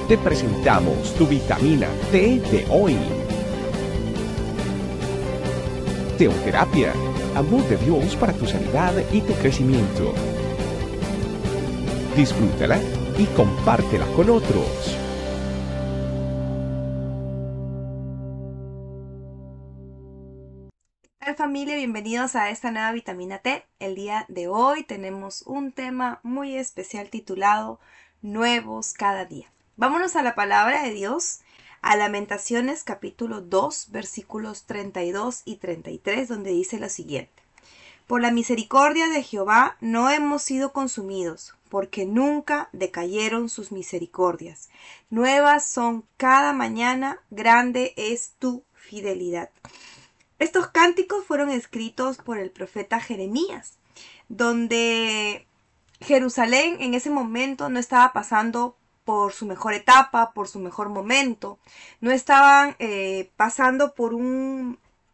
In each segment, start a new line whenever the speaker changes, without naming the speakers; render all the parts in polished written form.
te presentamos tu vitamina T de hoy. Teoterapia, amor de Dios para tu sanidad y tu crecimiento. Disfrútala y compártela con otros.
Hola familia, bienvenidos a esta nueva vitamina T. El día de hoy tenemos un tema muy especial titulado Nuevos cada día. Vámonos a la palabra de Dios, a Lamentaciones capítulo 2 versículos 32 y 33, donde dice lo siguiente: Por la misericordia de Jehová no hemos sido consumidos, porque nunca decayeron sus misericordias. Nuevas son cada mañana, grande es tu fidelidad. Estos cánticos fueron escritos por el profeta Jeremías, donde Jerusalén en ese momento no estaba pasando por su mejor etapa, por su mejor momento, no estaban pasando por un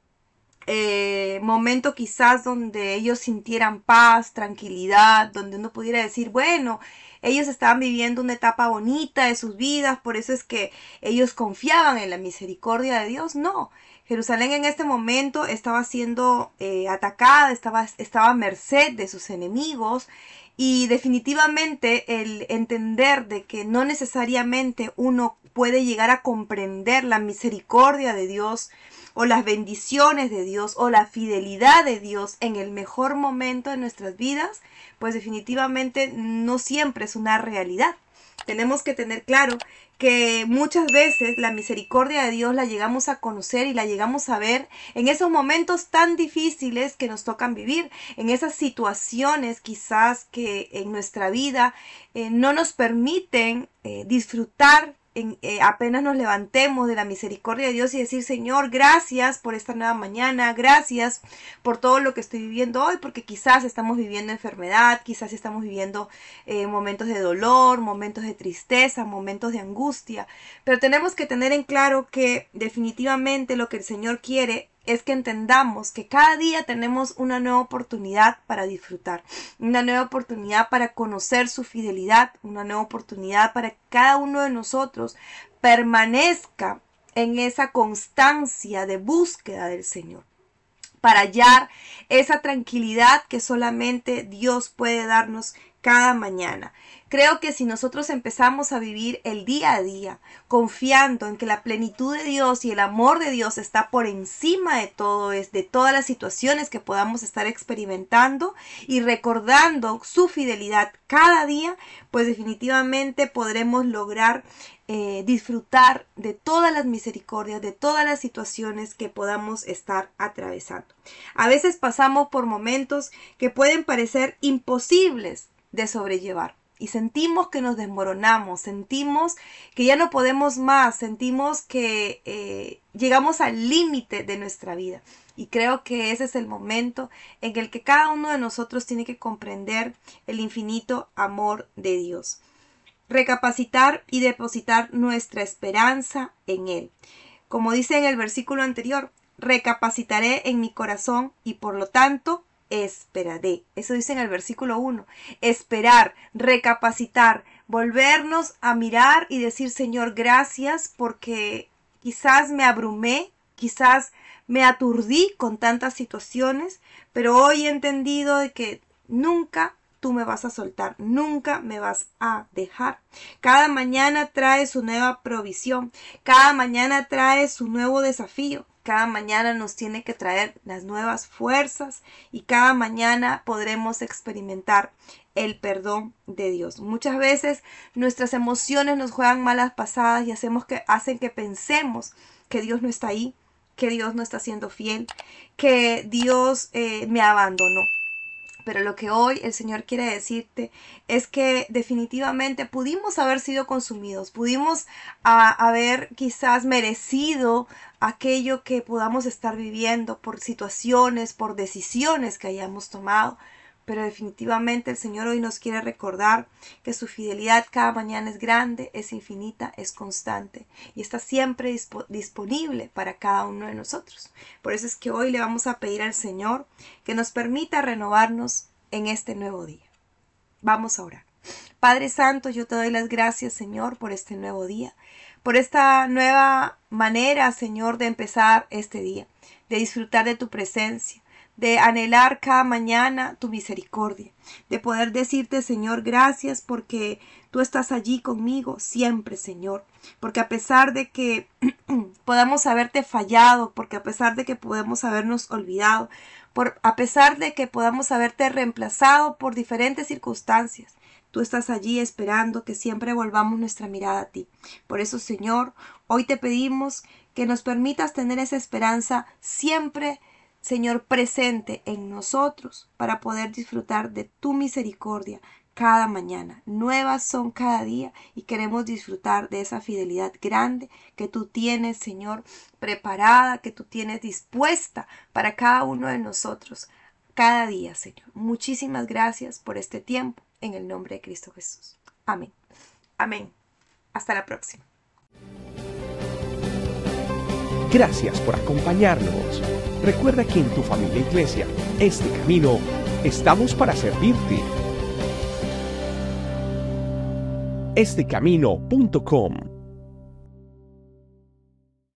momento quizás donde ellos sintieran paz, tranquilidad, donde uno pudiera decir, bueno, ellos estaban viviendo una etapa bonita de sus vidas, por eso es que ellos confiaban en la misericordia de Dios. No, Jerusalén en este momento estaba siendo atacada, estaba a merced de sus enemigos. Y definitivamente el entender de que no necesariamente uno puede llegar a comprender la misericordia de Dios o las bendiciones de Dios o la fidelidad de Dios en el mejor momento de nuestras vidas, pues definitivamente no siempre es una realidad. Tenemos que tener claro que muchas veces la misericordia de Dios la llegamos a conocer y la llegamos a ver en esos momentos tan difíciles que nos tocan vivir, en esas situaciones quizás que en nuestra vida no nos permiten disfrutar apenas nos levantemos de la misericordia de Dios y decir, Señor, gracias por esta nueva mañana, gracias por todo lo que estoy viviendo hoy, porque quizás estamos viviendo enfermedad, quizás estamos viviendo momentos de dolor, momentos de tristeza, momentos de angustia, pero tenemos que tener en claro que definitivamente lo que el Señor quiere es que entendamos que cada día tenemos una nueva oportunidad para disfrutar, una nueva oportunidad para conocer su fidelidad, una nueva oportunidad para que cada uno de nosotros permanezca en esa constancia de búsqueda del Señor, para hallar esa tranquilidad que solamente Dios puede darnos cada mañana. Creo que si nosotros empezamos a vivir el día a día confiando en que la plenitud de Dios y el amor de Dios está por encima de todo, de todas las situaciones que podamos estar experimentando y recordando su fidelidad cada día, pues definitivamente podremos lograr disfrutar de todas las misericordias, de todas las situaciones que podamos estar atravesando. A veces pasamos por momentos que pueden parecer imposibles de sobrellevar y sentimos que nos desmoronamos, sentimos que ya no podemos más, sentimos que llegamos al límite de nuestra vida. Y creo que ese es el momento en el que cada uno de nosotros tiene que comprender el infinito amor de Dios. Recapacitar y depositar nuestra esperanza en Él. Como dice en el versículo anterior, recapacitaré en mi corazón y por lo tanto esperaré. Eso dice en el versículo 1. Esperar, recapacitar, volvernos a mirar y decir, Señor, gracias porque quizás me abrumé, quizás me aturdí con tantas situaciones, pero hoy he entendido de que nunca tú me vas a soltar, nunca me vas a dejar. Cada mañana trae su nueva provisión, cada mañana trae su nuevo desafío, cada mañana nos tiene que traer las nuevas fuerzas y cada mañana podremos experimentar el perdón de Dios. Muchas veces nuestras emociones nos juegan malas pasadas y hacen que pensemos que Dios no está ahí, que Dios no está siendo fiel, que Dios me abandonó. Pero lo que hoy el Señor quiere decirte es que definitivamente pudimos haber sido consumidos, pudimos haber quizás merecido aquello que podamos estar viviendo por situaciones, por decisiones que hayamos tomado. Pero definitivamente el Señor hoy nos quiere recordar que su fidelidad cada mañana es grande, es infinita, es constante y está siempre disponible para cada uno de nosotros. Por eso es que hoy le vamos a pedir al Señor que nos permita renovarnos en este nuevo día. Vamos a orar. Padre Santo, yo te doy las gracias, Señor, por este nuevo día, por esta nueva manera, Señor, de empezar este día, de disfrutar de tu presencia, de anhelar cada mañana tu misericordia, de poder decirte, Señor, gracias porque tú estás allí conmigo siempre, Señor, porque a pesar de que podamos haberte fallado, porque a pesar de que podemos habernos olvidado, a pesar de que podamos haberte reemplazado por diferentes circunstancias, tú estás allí esperando que siempre volvamos nuestra mirada a ti. Por eso, Señor, hoy te pedimos que nos permitas tener esa esperanza siempre, Señor, presente en nosotros para poder disfrutar de tu misericordia cada mañana. Nuevas son cada día y queremos disfrutar de esa fidelidad grande que tú tienes, Señor, preparada, que tú tienes dispuesta para cada uno de nosotros cada día, Señor. Muchísimas gracias por este tiempo en el nombre de Cristo Jesús. Amén. Amén. Hasta la próxima.
Gracias por acompañarnos. Recuerda que en tu familia Iglesia, Este Camino, estamos para servirte. estecamino.com